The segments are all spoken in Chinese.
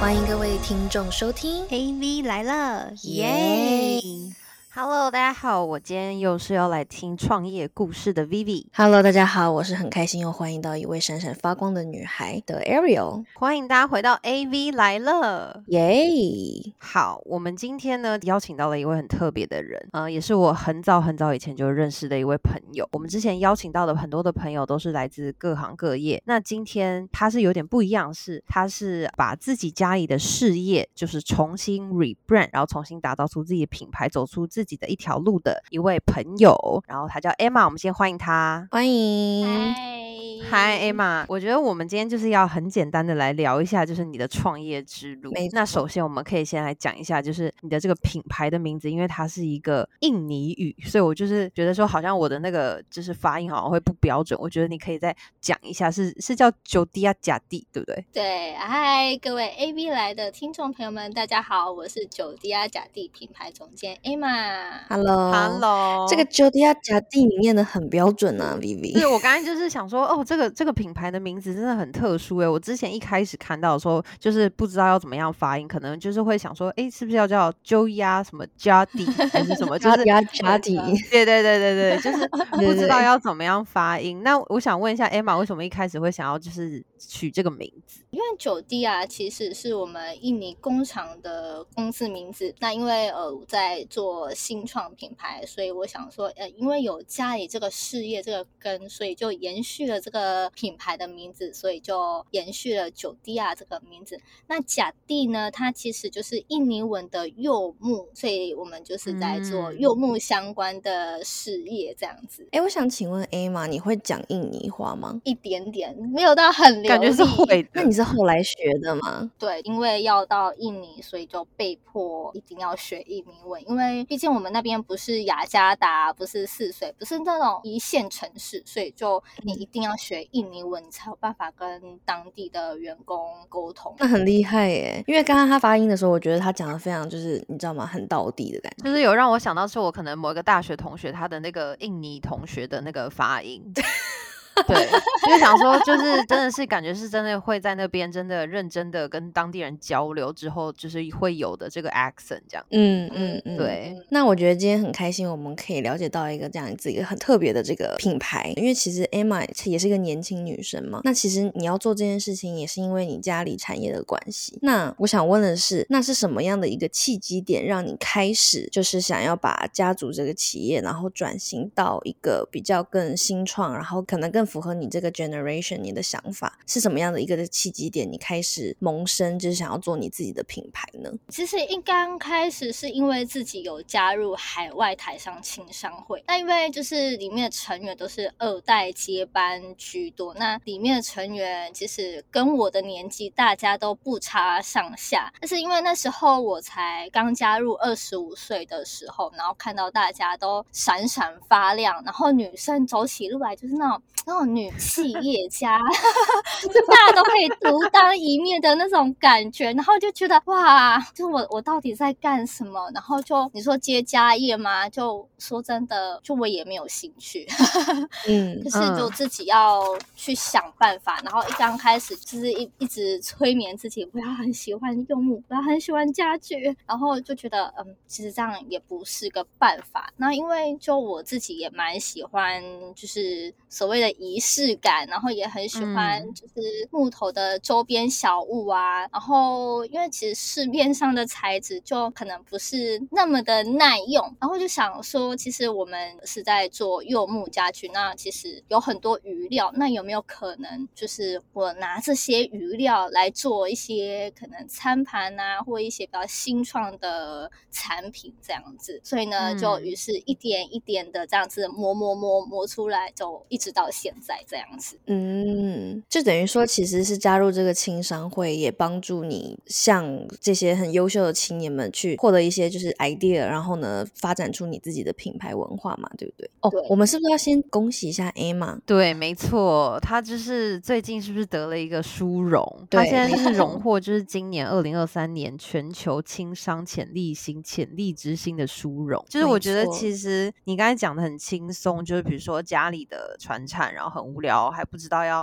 欢迎各位听众收听 AV 来了， 耶 ！Hello，大家好，我今天又是要来听创业故事的 Vivi。 Hello， 大家好，我是很开心又欢迎到一位闪闪发光的女孩的 Ariel。 欢迎大家回到 AV 来了， 耶！ 好，我们今天呢邀请到了一位很特别的人，也是我很早以前就认识的一位朋友。我们之前邀请到的很多的朋友都是来自各行各业，那今天他是有点不一样，他是把自己家里的事业就是重新 rebrand， 然后重新打造出自己的品牌，走出自己的一条路的一位朋友，然后他叫 Emma， 我们先欢迎他。 欢迎。 嗨 Emma， 我觉得我们今天就是要很简单的来聊一下就是你的创业之路。那首先我们可以先来讲一下就是你的这个品牌的名字，因为它是一个印尼语，所以我就是觉得说好像我的那个就是发音好像会不标准，我觉得你可以再讲一下，是叫九迪亚甲地对不对？ 对，嗨，各位 AV 来的听众朋友们，大家好，我是九迪亚甲地品牌总监 Emma。 Hello， 这个九迪亚甲地里面的很标准啊 ，Vivi。 是我刚才就是想说，哦，这个品牌的名字真的很特殊我之前一开始看到的时候，就是不知道要怎么样发音，可能就是会想说，是不是要叫九亚什么甲地还是什么，就是甲地。 对，就是不知道要怎么样发音。那我想问一下 Emma， 为什么一开始会想要就是取这个名字？ 因为九迪啊，其实是我们印尼工厂的公司名字。那因为我在做新创品牌，所以我想说，因为有家里这个事业这个根，所以就延续了这个品牌的名字，所以就延续了九迪啊这个名字。那甲地呢，它其实就是印尼文的柚木，所以我们就是在做柚木相关的事业这样子。 我想请问 Emma， 你会讲印尼话吗？ 一点点，没有到很流利， 感觉是会的。 那你是后来学的吗？ 对，因为要到印尼，所以就被迫一定要学印尼文，因为毕竟我们那边不是雅加达，不是泗水，不是那种一线城市，所以就你一定要学印尼文，你才有办法跟当地的员工沟通。 那很厉害耶，因为刚刚他发音的时候，我觉得他讲的非常就是你知道吗，很道地的感觉， 就是有让我想到是我可能某一个大学同学他的那个印尼同学的那个发音。对，就是想说，就是真的是感觉是真的会在那边真的认真的跟当地人交流之后，就是会有的这个 accent 这样。对。 那我觉得今天很开心，我们可以了解到一个这样子一个很特别的这个品牌，因为其实 Emma 也是一个年轻女生嘛。那其实你要做这件事情，也是因为你家里产业的关系。那我想问的是，那是什么样的一个契机点，让你开始就是想要把家族这个企业，然后转型到一个比较更新创，然后可能更符合你这个 generation 你的想法，是什么样的一个契机点，你开始萌生就是想要做你自己的品牌呢？ 其实刚开始是因为自己有加入海外台商青商会，那因为就是里面的成员都是2代接班居多，那里面的成员其实跟我的年纪大家都不差上下，但是因为那时候我才刚加入25岁的时候，然后看到大家都闪闪发亮，然后女生走起路来就是那种女企业家就大家都可以独当一面的那种感觉，然后就觉得哇，就是我到底在干什么，然后就你说接家业吗，就说真的就我也没有兴趣可是就自己要去想办法，然后刚开始就是一直催眠自己，不要很喜欢柚木，不要很喜欢家具，然后就觉得其实这样也不是个办法。那因为就我自己也蛮喜欢就是所谓的仪式感，然后也很喜欢就是木头的周边小物啊，然后因为其实市面上的材质就可能不是那么的耐用，然后就想说其实我们是在做柚木家具，那其实有很多余料，那有没有可能就是我拿这些余料来做一些可能餐盘啊，或一些比较新创的产品这样子，所以呢就于是一点一点的这样子磨出来，就一直到现在这样子。 就等于说其实是加入这个青商会也帮助你像这些很优秀的青年们去获得一些就是 idea， 然后呢发展出你自己的品牌文化嘛，对不对？ 对， 我们是不是要先恭喜一下 Emma？ 对，没错，她就是最近是不是得了一个殊荣？她现在是荣获就是今年2023年全球青商潜力之星的殊荣。就是我觉得其实你刚才讲的很轻松，就是比如说家里的传产然后很无聊还不知道要怎么办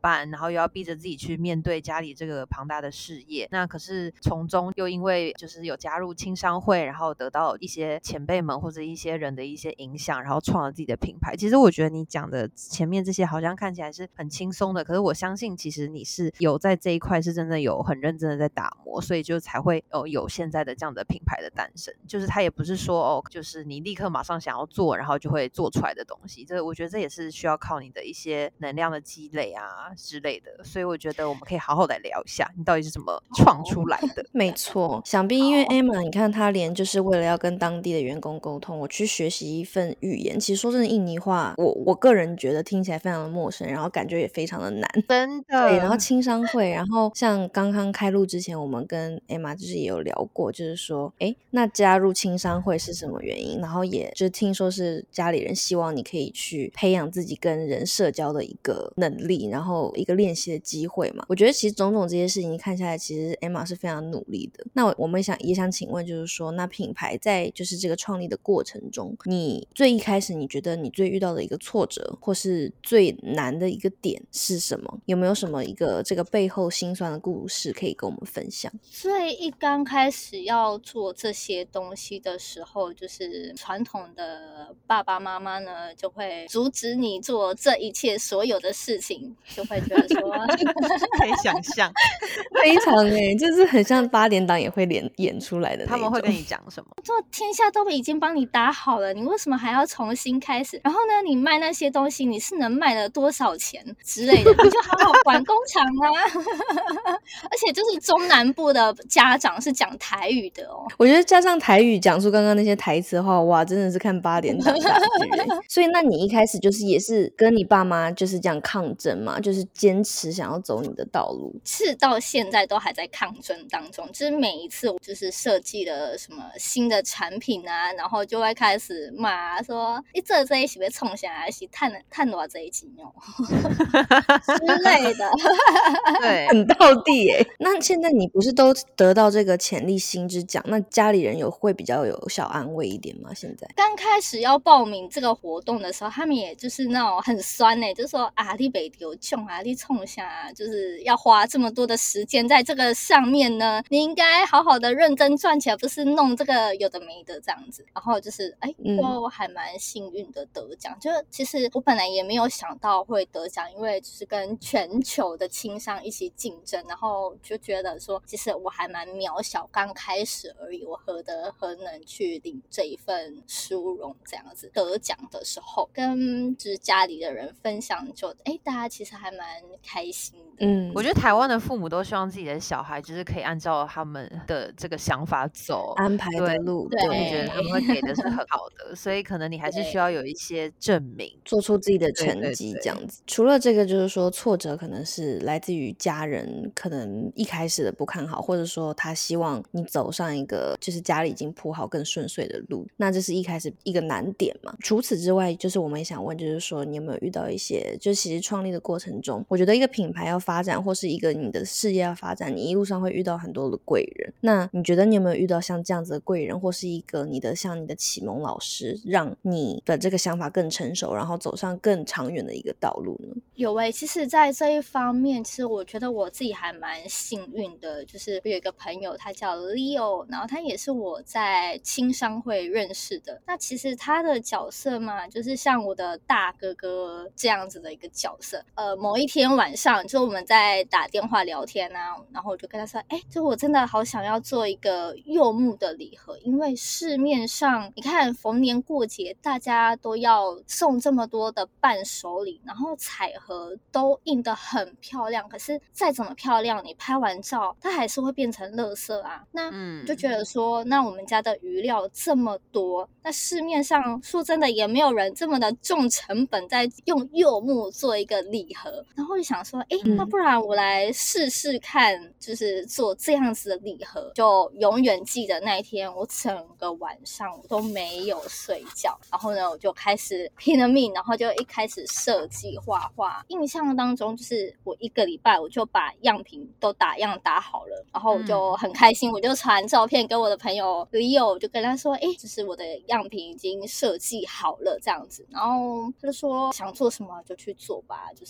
办，然后又要逼着自己去面对家里这个庞大的事业。那可是从中又因为就是有加入青商会，然后得到一些前辈们或者一些人的一些影响，然后创了自己的品牌。其实我觉得你讲的前面这些好像看起来是很轻松的，可是我相信其实你是有在这一块是真的有很认真的在打磨，所以就才会有现在的这样的品牌的诞生。就是它也不是说就是你立刻马上想要做然后就会做出来的东西，我觉得这也是需要靠你的一些能量的积累啊之类的。所以我觉得我们可以好好来聊一下你到底是怎么创出来的。 没错，想必因为 Emma 你看她连就是为了要跟当地的员工沟通，我去学习一份语言，其实说真的印尼话我个人觉得听起来非常的陌生，然后感觉也非常的难， 真的。 对，然后青商会，然后像刚刚开录之前我们跟 Emma 就是也有聊过，就是说那加入青商会是什么原因，然后也就是听说是家里人希望你可以去培养自己跟人社交的一个能力，然后一个练习的机会嘛。我觉得其实种种这些事情看下来，其实 Emma 是非常努力的。那我们也想请问，就是说那品牌在就是这个创立的过程中，你最一开始你觉得你最遇到的一个挫折或是最难的一个点是什么？有没有什么一个这个背后辛酸的故事可以跟我们分享？ 最一刚开始要做这些东西的时候，就是传统的爸爸妈妈呢就会阻止你做这一切所有的事情，就会觉得说可以想象非常就是很像8点档也会演出来的那种。 他们会跟你讲什么？ 做天下都已经帮你打好了，你为什么还要重新开始？然后呢，你卖那些东西你是能卖了多少钱之类的，你就好好管工厂啊。而且就是中南部的家长是讲台语的哦， 我觉得加上台语讲出刚刚那些台词的话，哇，真的是看8点档大剧所以那你一开始就是也是跟你爸妈就是这样抗争嘛，就是坚持想要走你的道路？ 是到现在都还在抗争当中，就是每一次就是设计了什么新的产品啊，然后就会开始骂说你这一是要冲啥，还是赚多这一钱哦之类的对， 很到地那现在你不是都得到这个潜力新之奖，那家里人会比较有小安慰一点吗？现在刚开始要报名这个活动的时候，他们也就是那种很酸就说啊你不丢穷啊，你冲啥，就是要花这么多的时间在这个上面呢，你应该好好的认真赚钱，不是弄这个有的没的这样子。然后就是我还蛮幸运的得奖，就其实我本来也没有想到会得奖，因为就是跟全球的青商一起竞争，然后就觉得说其实我还蛮渺小，刚开始而已，我何能去领这一份殊荣这样子。得奖的时候跟就是家里的人分享，就大家其实还蛮开心的。 我觉得台湾的父母都希望自己的小孩就是可以按照他们的这个想法走， 安排的路， 对， 我觉得他们会给的是很好的所以可能你还是需要有一些证明， 做出自己的成绩这样子。除了这个就是说挫折可能是来自于家人可能一开始的不看好，或者说他希望你走上一个就是家里已经铺好更顺遂的路，那这是一开始一个难点嘛。除此之外，就是我们也想问，就是说你有没有遇到一些就其实创立的过程中，我觉得一个品牌要发展或是一个你的事业要发展，你一路上会遇到很多的贵人，那你觉得你有没有遇到像这样子的贵人，或是一个像你的启蒙老师，让你的这个想法更成熟，然后走上更长远的一个道路呢？ 有其实在这一方面，其实我觉得我自己还蛮幸运的，就是我有一个朋友他叫 Leo， 然后他也是我在青商会认识的。那其实他的角色嘛，就是像我的大哥哥这样子的一个角色。某一天晚上，就我们在打电话聊天啊，然后我就跟他说，就我真的好想要做一个柚木的礼盒，因为市面上你看逢年过节大家都要送这么多的伴手礼，然后彩盒都印得很漂亮，可是再怎么漂亮，你拍完照它还是会变成垃圾啊。那就觉得说，那我们家的余料这么多，那市面上说真的也没有人这么的重成本在用柚木做一个礼盒，然后就想说那不然我来试试看，就是做这样子的礼盒。就永远记得那一天我整个晚上我都没有睡觉，然后呢我就开始拼了命，然后就一开始设计画画。印象当中就是我1个礼拜我就把样品都打样打好了，然后我就很开心，我就传照片给我的朋友 Leo， 就跟他说就是我的样品已经设计好了这样子，然后他就说想做什么就去做吧，就是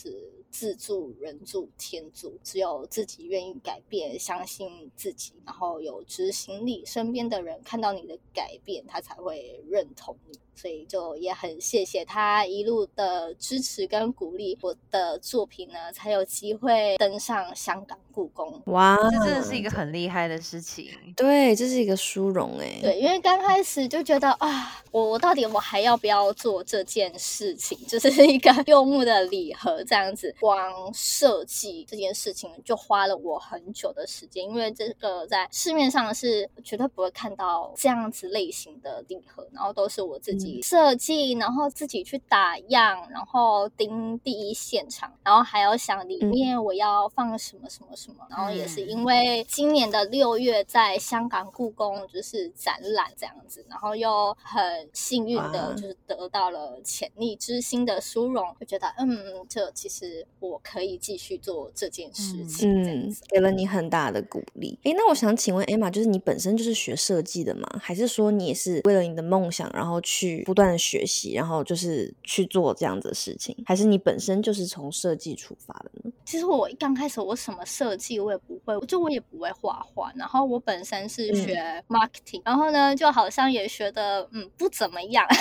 自助、人助、天助，只有自己愿意改变，相信自己，然后有执行力，身边的人看到你的改变，他才会认同你。所以就也很谢谢他一路的支持跟鼓励，我的作品呢才有机会登上香港故宫。 哇， 这真的是一个很厉害的事情。 对，这是一个殊荣哎。 对，因为刚开始就觉得啊，我到底我还要不要做这件事情？就是一个柚木的礼盒这样子，光设计这件事情就花了我很久的时间，因为这个在市面上是绝对不会看到这样子类型的礼盒，然后都是我自己设计，然后自己去打样，然后盯第一现场，然后还要想里面我要放什么什么什么，然后也是因为今年的6月在香港故宫就是展览这样子，然后又很幸运的就是得到了潜力之星的殊荣，就觉得这其实我可以继续做这件事情， 给了你很大的鼓励。那我想请问 Emma， 就是你本身就是学设计的吗？还是说你也是为了你的梦想然后去不断的学习，然后就是去做这样子的事情？还是你本身就是从设计出发的呢？ 其实我刚开始我什么设计我也不会，我也不会画画，然后我本身是学 marketing，然后呢就好像也学的不怎么样。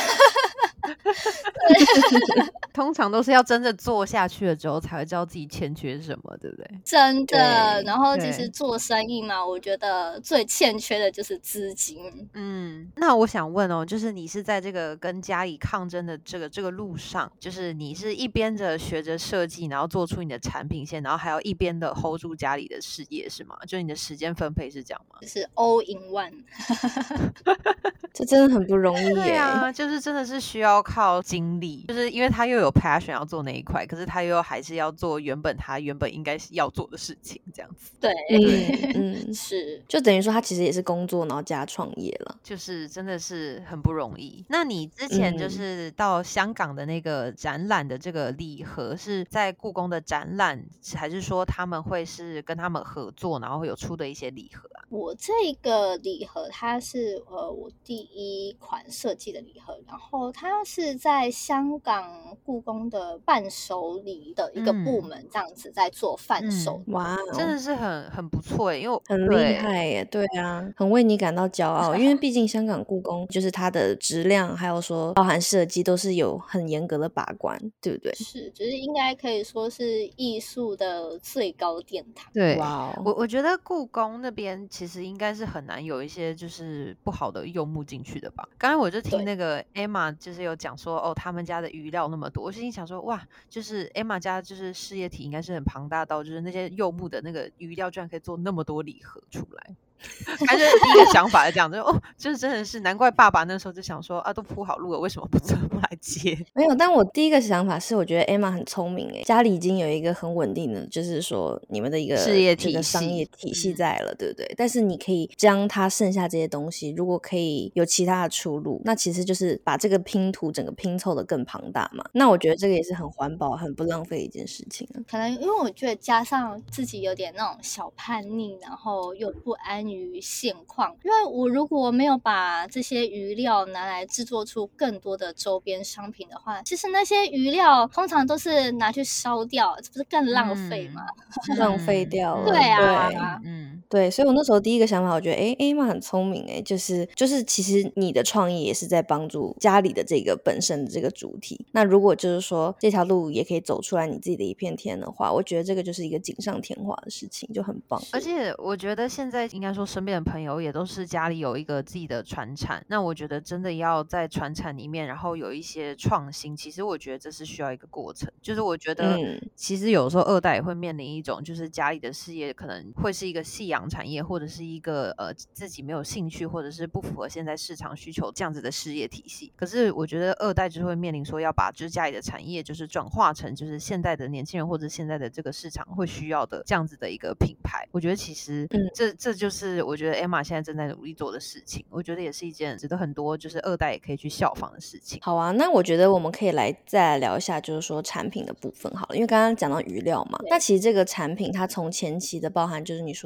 通常都是要真的做下去了之后才会知道自己欠缺什么，对不对？ 真的。然后其实做生意嘛，我觉得最欠缺的就是资金。 那我想问哦，就是你是在这个跟家里抗争的这个路上，就是你是一边着学着设计，然后做出你的产品线，然后还要一边的 hold 住家里的事业，是吗？就是你的时间分配是这样吗？ 就是 all in one。 这真的很不容易耶。 对啊，就是真的是需要靠精力，就是因为他又有 passion 要做那一块，可是他又还是要做他原本应该要做的事情，这样子。 对，是， 就等于说他其实也是工作然后加创业了， 就是真的是很不容易。那你之前就是到香港的那个展览的这个礼盒是在故宫的展览，还是说他们会是跟他们合作，然后会有出的一些礼盒啊？ 我这个礼盒它是我第一款设计的礼盒，然后它是在香港故宫的伴手礼的一个部门这样子在做贩售。 哇， 真的是很不错耶，因为很厉害耶。对啊，很为你感到骄傲，因为毕竟香港故宫就是它的质量还有说包含设计都是有很严格的把关，对不对？ 是，就是应该可以说是艺术的最高殿堂。 对， 哇， 我觉得故宫那边其实应该是很难有一些就是不好的柚木进去的吧。刚才我就听那个 Emma 就是有讲说他们家的余料那么多，我心里想说哇，就是 Emma 家就是事业体应该是很庞大到就是那些柚木的那个余料居然可以做那么多礼盒出来。还是第一个想法来讲，就是真的是难怪爸爸那时候就想说都铺好路了，为什么不来接？ 没有，但我第一个想法是，我觉得 Emma 很聪明诶，家里已经有一个很稳定的，就是说你们的一个事业体系、 商业体系在了，对不对？但是你可以将它剩下这些东西，如果可以有其他的出路，那其实就是把这个拼图整个拼凑的更庞大嘛。那我觉得这个也是很环保、很不浪费的一件事情啊。 可能因为我觉得加上自己有点那种小叛逆，然后又不安于现况，因为我如果没有把这些余料拿来制作出更多的周边商品的话，其实那些余料通常都是拿去烧掉，这不是更浪费吗？ 浪费掉了。 对啊， 对，所以我那时候第一个想法，我觉得Emma 很聪明就是其实你的创意也是在帮助家里的这个本身的这个主体。那如果就是说这条路也可以走出来你自己的一片天的话，我觉得这个就是一个锦上添花的事情，就很棒。 而且我觉得现在应该说身边的朋友也都是家里有一个自己的传产，那我觉得真的要在传产里面然后有一些创新，其实我觉得这是需要一个过程。就是我觉得其实有时候二代也会面临一种就是家里的事业可能会是一个夕阳产业，或者是一个自己没有兴趣或者是不符合现在市场需求这样子的事业体系。可是我觉得二代就会面临说要把就是家里的产业就是转化成就是现在的年轻人或者现在的这个市场会需要的这样子的一个品牌。我觉得其实这就是我觉得 Emma 现在正在努力做的事情，我觉得也是一件值得很多就是二代也可以去效仿的事情。 好啊，那我觉得我们可以再来聊一下就是说产品的部分好了，因为刚刚讲到余料嘛，那其实这个产品它从前期的包含就是你说的研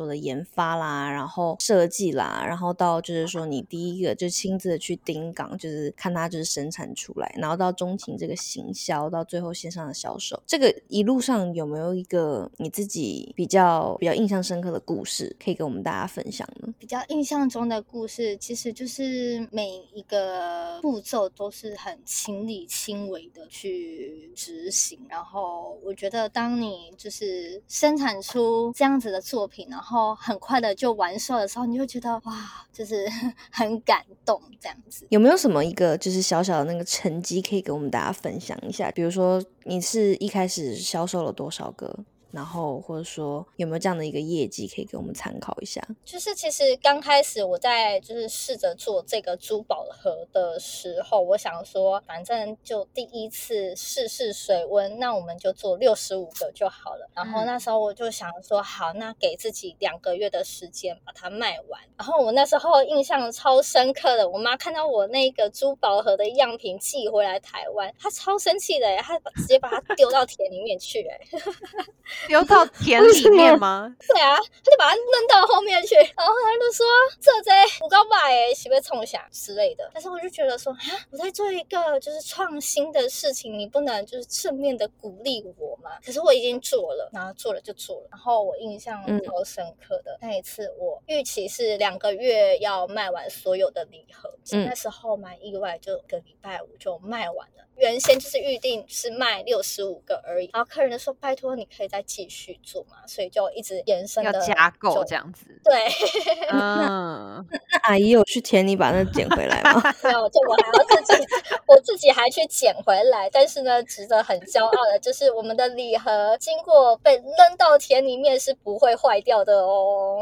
研发啦，然后设计啦，然后到就是说你第一个就亲自的去盯岗，就是看它就是生产出来，然后到中期这个行销，到最后线上的销售，这个一路上有没有一个你自己比较印象深刻的故事可以跟我们大家分享呢？ 比较印象中的故事其实就是每一个步骤都是很亲力亲为的去执行，然后我觉得当你就是生产出这样子的作品，然后很快的就完售的时候，你就觉得哇，就是很感动这样子。 有没有什么一个就是小小的那个成绩可以跟我们大家分享一下？比如说你是一开始销售了多少个，然后或者说有没有这样的一个业绩可以给我们参考一下？ 就是其实刚开始我在就是试着做这个珠宝盒的时候，我想说反正就第一次试试水温，那我们就做65个就好了。然后那时候我就想说好，那给自己2个月的时间把它卖完。然后我那时候印象超深刻的，我妈看到我那个珠宝盒的样品寄回来台湾，她超生气的耶，她直接把它丢到田里面去耶。 丢到田里面吗？ 对啊，他就把它扔到后面去，然后他就说这有够歹的，是不是冲啥之类的。但是我就觉得说我在做一个就是创新的事情，你不能就是正面的鼓励我嘛。可是我已经做了，然后做了就做了。然后我印象超深刻的那一次，我预期是2个月要卖完所有的礼盒，那时候蛮意外，就1个礼拜5就卖完了。原先就是预定是卖65个而已，然后客人就说拜托你可以再继续做嘛，所以就一直延伸的要加购这样子。 对， 那阿姨有去田里把那捡回来吗？ 没有，就我还要我自己还去捡回来。但是呢，值得很骄傲的就是我们的礼盒经过被扔到田里面是不会坏掉的哦。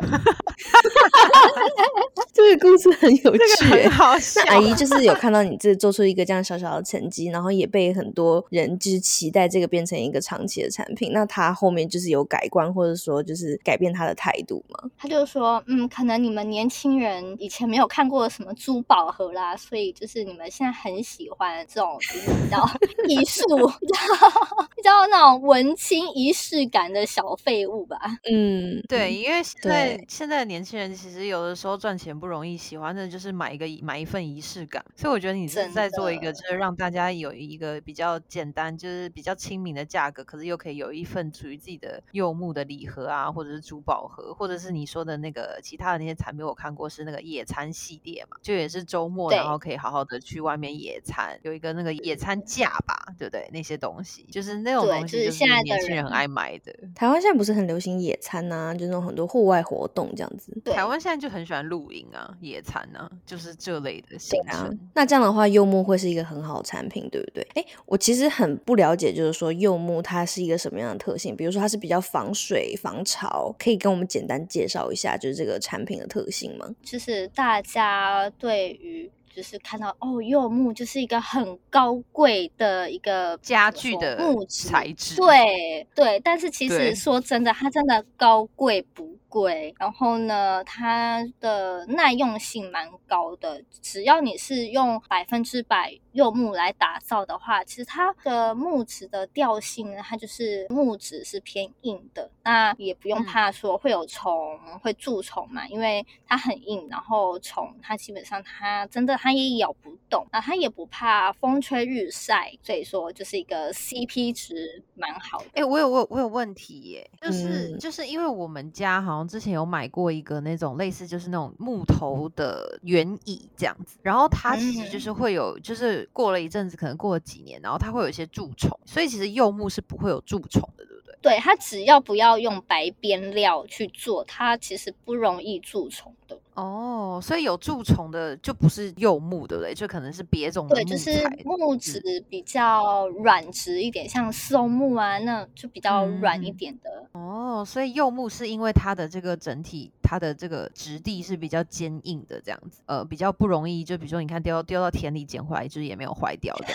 这个故事很有趣， 很好笑。 那阿姨就是有看到你这做出一个这样小小的成绩，然后也被很多人就是期待这个变成一个长期的产品。那他后面就是有改观，或者说就是改变他的态度吗？ 他就说可能你们年轻人以前没有看过什么珠宝盒啦，所以就是你们现在很喜欢这种比较艺术比较那种文青仪式感的小废物吧。 对，因为现在的年轻人其实有的时候赚钱不容易，喜欢的就是买一份仪式感。所以我觉得你是在做一个就是让大家有一个比较简单就是比较亲民的价格，可是又可以有一份属于自己的柚木的礼盒啊，或者是珠宝盒，或者是你说的那个其他的那些产品我看过是那个野餐系列嘛，就也是周末然后可以好好的去外面野餐，有一个那个野餐架吧，对不对？那些东西就是那种东西就是年轻人很爱买的。 台湾现在不是很流行野餐啊，就那种很多户外活动这样子。 台湾现在就很喜欢露营啊野餐啊，就是这类的行程。 那这样的话柚木会是一个很好的产品，对不对？我其实很不了解就是说柚木它是一个什么样的特性，比如说它是比较防水防潮，可以跟我们简单介绍一下就是这个产品的特性吗？ 就是大家对于就是看到柚木就是一个很高贵的一个家具的木质材质， 对，但是其实说真的，它真的高贵不贵，然后呢，它的耐用性蛮高的。只要你是用100%柚木来打造的话，其实它的木质的调性呢，它就是木质是偏硬的，那也不用怕说会有虫会蛀虫嘛，因为它很硬，然后虫它基本上它也咬不动，它也不怕风吹日晒，所以说就是一个 CP 值蛮好的。 我有问题耶，就是因为我们家好像之前有买过一个那种类似就是那种木头的圆椅这样子，然后它其实就是会有就是过了一阵子，可能过了几年，然后它会有一些蛀虫，所以其实柚木是不会有蛀虫的，对不对？ 对，它只要不要用白边料去做，它其实不容易蛀虫的。 所以有蛀虫的就不是柚木，对不对？就可能是别种的木材。 对，就是木质比较软质一点，像松木啊，那就比较软一点的。 所以柚木是因为它的这个整体，它的这个质地是比较坚硬的，这样子，比较不容易，就比如说你看丢到田里捡回来，就是也没有坏掉的。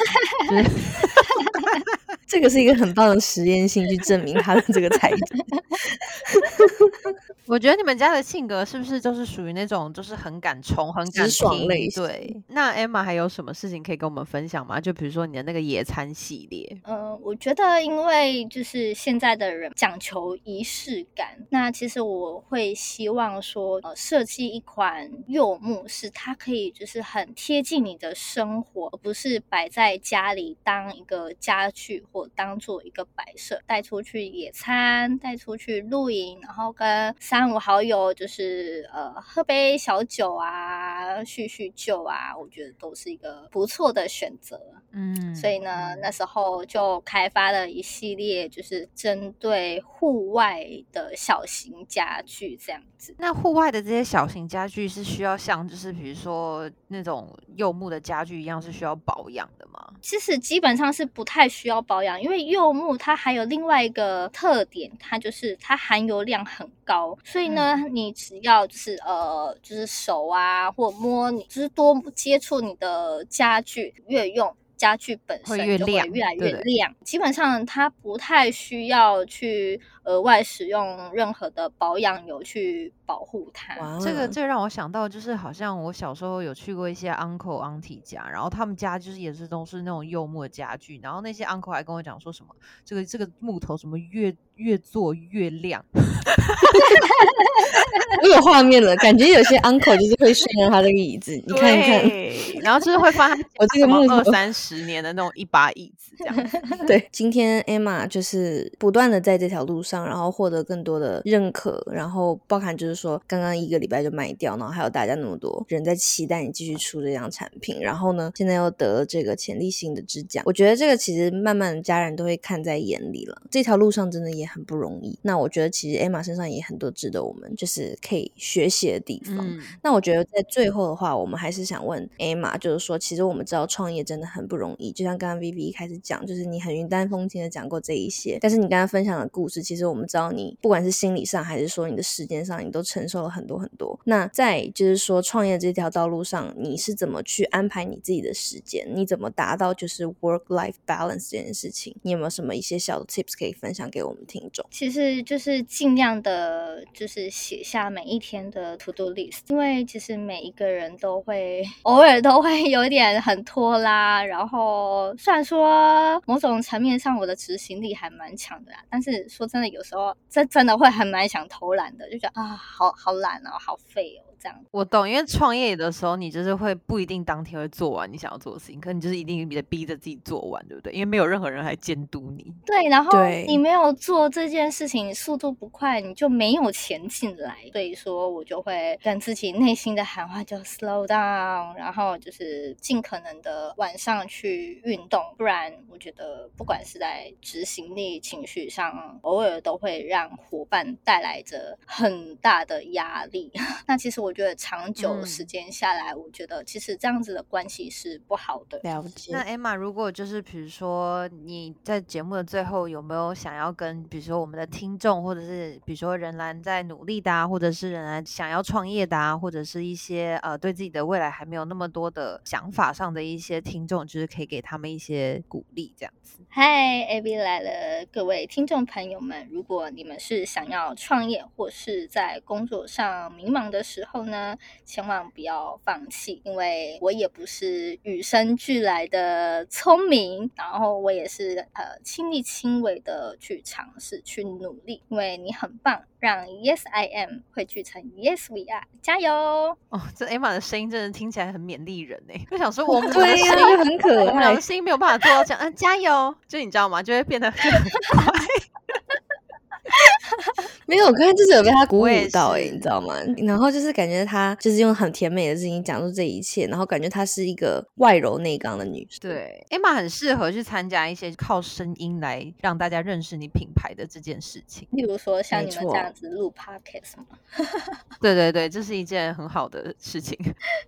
这个是一个很棒的实验性去证明它的这个材质。 我觉得你们家的性格是不是就是属于那种就是很敢冲、很敢直爽拼？ 类型。 对，那 Emma 还有什么事情可以跟我们分享吗？就比如说你的那个野餐系列。 我觉得因为就是现在的人讲求仪式感，那其实我会希望说，设计一款柚木是它可以就是很贴近你的生活，而不是摆在家里当一个家具或当做一个摆设，带出去野餐，带出去露营，然后跟三五好友就是喝杯小酒啊，叙叙旧啊，我觉得都是一个不错的选择。所以呢，那时候就开发了一系列就是针对户外的小型家具这样子。 那户外的这些小型家具是需要像就是比如说那种柚木的家具一样是需要保养的吗？ 其实基本上是不太需要保养，因为柚木它还有另外一个特点，它就是它含油量很高，所以呢，你只要就是手啊或摸你，就是多接触你的家具，越用家具本身就会越来越亮，基本上它不太需要去额外使用任何的保养油去保护它。 这个让我想到，就是好像我小时候有去过一些 uncle auntie 家，然后他们家就是也是都是那种柚木的家具，然后那些 uncle 还跟我讲说什么这个木头什么越做越亮。 我有画面了，感觉有些 uncle 就是会炫耀他这个椅子，你看一看， 然后就是会放他我这个木头 20-30年的那种一把椅子这样子。 对，今天 Emma 就是不断的在这条路上，然后获得更多的认可，然后包含就是说刚刚1个礼拜就卖掉，然后还有大家那么多人在期待你继续出这样产品，然后呢现在又得了这个潜力新的之奖，我觉得这个其实慢慢的家人都会看在眼里了，这条路上真的也很不容易。那我觉得其实 Emma 身上也很多值得我们就是可以学习的地方。那我觉得在最后的话，我们还是想问 Emma， 就是说其实我们知道创业真的很不容易，就像刚刚 Vivi 一开始讲，就是你很云淡风轻的讲过这一些，但是你刚刚分享的故事，其实我们知道你不管是心理上还是说你的时间上，你都承受了很多很多。那在就是说创业这条道路上，你是怎么去安排你自己的时间？你怎么达到就是 work-life balance 这件事情？你有没有什么一些小的 tips 可以分享给我们听众？ 其实就是尽量的就是写下每一天的 to do list， 因为其实每一个人都会偶尔都会有一点很拖拉，然后虽然说某种层面上我的执行力还蛮强的啦，但是说真的有时候真的会很蛮想偷懒的，就觉得啊好懒哦，好废哦这样。 我懂，因为创业的时候你就是会不一定当天会做完你想要做的事情，可你就是一定得逼着自己做完，对不对？因为没有任何人来监督你。 对，然后你没有做这件事情，速度不快，你就没有钱进来。所以说我就会跟自己内心的喊话就 slow down， 然后就是尽可能的晚上去运动，不然我觉得不管是在执行力、情绪上，偶尔都会让伙伴带来着很大的压力。那其实我觉得长久时间下来，我觉得其实这样子的关系是不好的。 了解。 那 Emma， 如果就是比如说你在节目的最后有没有想要跟比如说我们的听众，或者是比如说仍然在努力的啊，或者是仍然想要创业的啊，或者是一些对自己的未来还没有那么多的想法上的一些听众，就是可以给他们一些鼓励这样子。 嗨 ，AB 来了，各位听众朋友们，如果你们是想要创业或是在工作上迷茫的时候呢，千万不要放弃，因为我也不是与生俱来的聪明，然后我也是亲力亲为的去尝试去努力，因为你很棒，让 Yes I am 汇聚成 Yes we are， 加油！ 哦，这 Emma 的声音真的听起来很勉励人哎，就想说我们对呀，又很可爱， 我们声音没有办法做到这样，加油！就你知道吗？就会变得很快。 没有，我刚才就是有被他鼓舞到你知道吗？然后就是感觉他就是用很甜美的声音讲出这一切，然后感觉她是一个外柔内刚的女生。 对 ，Emma 很适合去参加一些靠声音来让大家认识你品牌的这件事情， 例如说像你们这样子录 podcast 吗？ 对对对，这是一件很好的事情。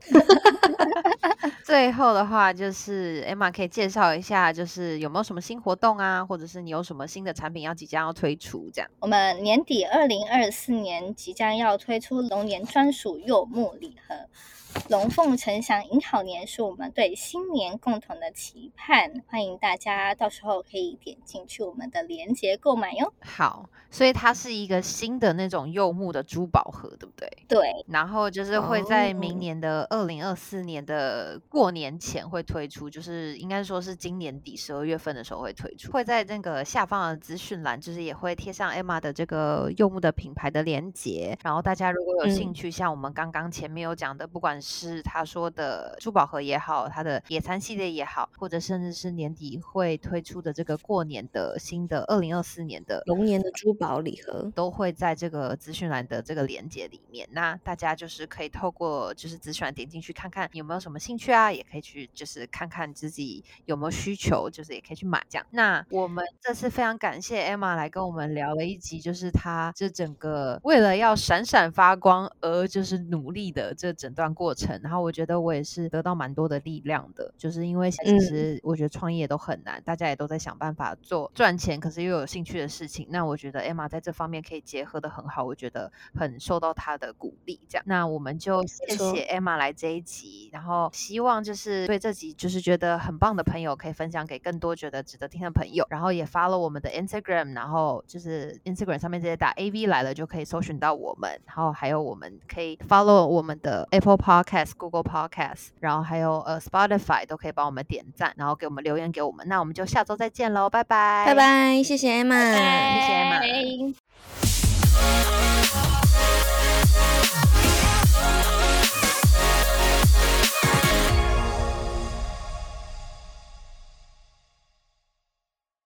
最后的话，就是 Emma 可以介绍一下，就是有没有什么新活动啊，或者是你有什么新的产品即将要推出这样？ 我们年底2024年即将要推出龙年专属柚木礼盒。 龙凤呈祥，迎好年是我们对新年共同的期盼，欢迎大家到时候可以点进去我们的链接购买哟。 好，所以它是一个新的那种柚木的珠宝盒，对不对？ 对， 然后就是会在明年的2024年的过年前会推出，就是应该说是今年底12月份的时候会推出，会在那个下方的资讯栏，就是也会贴上 Emma 的这个柚木的品牌的链接，然后大家如果有兴趣，像我们刚刚前面有讲的，不管是他说的珠宝盒也好，他的野餐系列也好，或者甚至是年底会推出的这个过年的新的2024年的龙年的珠宝礼盒， 都会在这个资讯栏的这个连结里面。那大家就是可以透过就是资讯栏点进去看看有没有什么兴趣啊，也可以去就是看看自己有没有需求，就是也可以去买这样。那我们这次非常感谢 Emma 来跟我们聊了一集，就是她这整个为了要闪闪发光而就是努力的这整段过程，然后我觉得我也是得到蛮多的力量的，就是因为其实我觉得创业都很难，大家也都在想办法做赚钱可是又有兴趣的事情，那我觉得 Emma 在这方面可以结合的很好，我觉得很受到她的鼓励这样。那我们就谢谢 Emma 来这一集，然后希望就是对这集就是觉得很棒的朋友可以分享给更多觉得值得听的朋友，然后也 follow 我们的 Instagram， 然后就是 Instagram 上面直接打 AV 来了就可以搜寻到我们，然后还有我们可以 follow 我们的 Apple Podcast、Google Podcast， 然后还有Spotify 都可以帮我们点赞，然后给我们留言给我们。那我们就下周再见喽，拜拜， 拜拜，谢谢 Emma， 拜拜， 谢谢 Emma。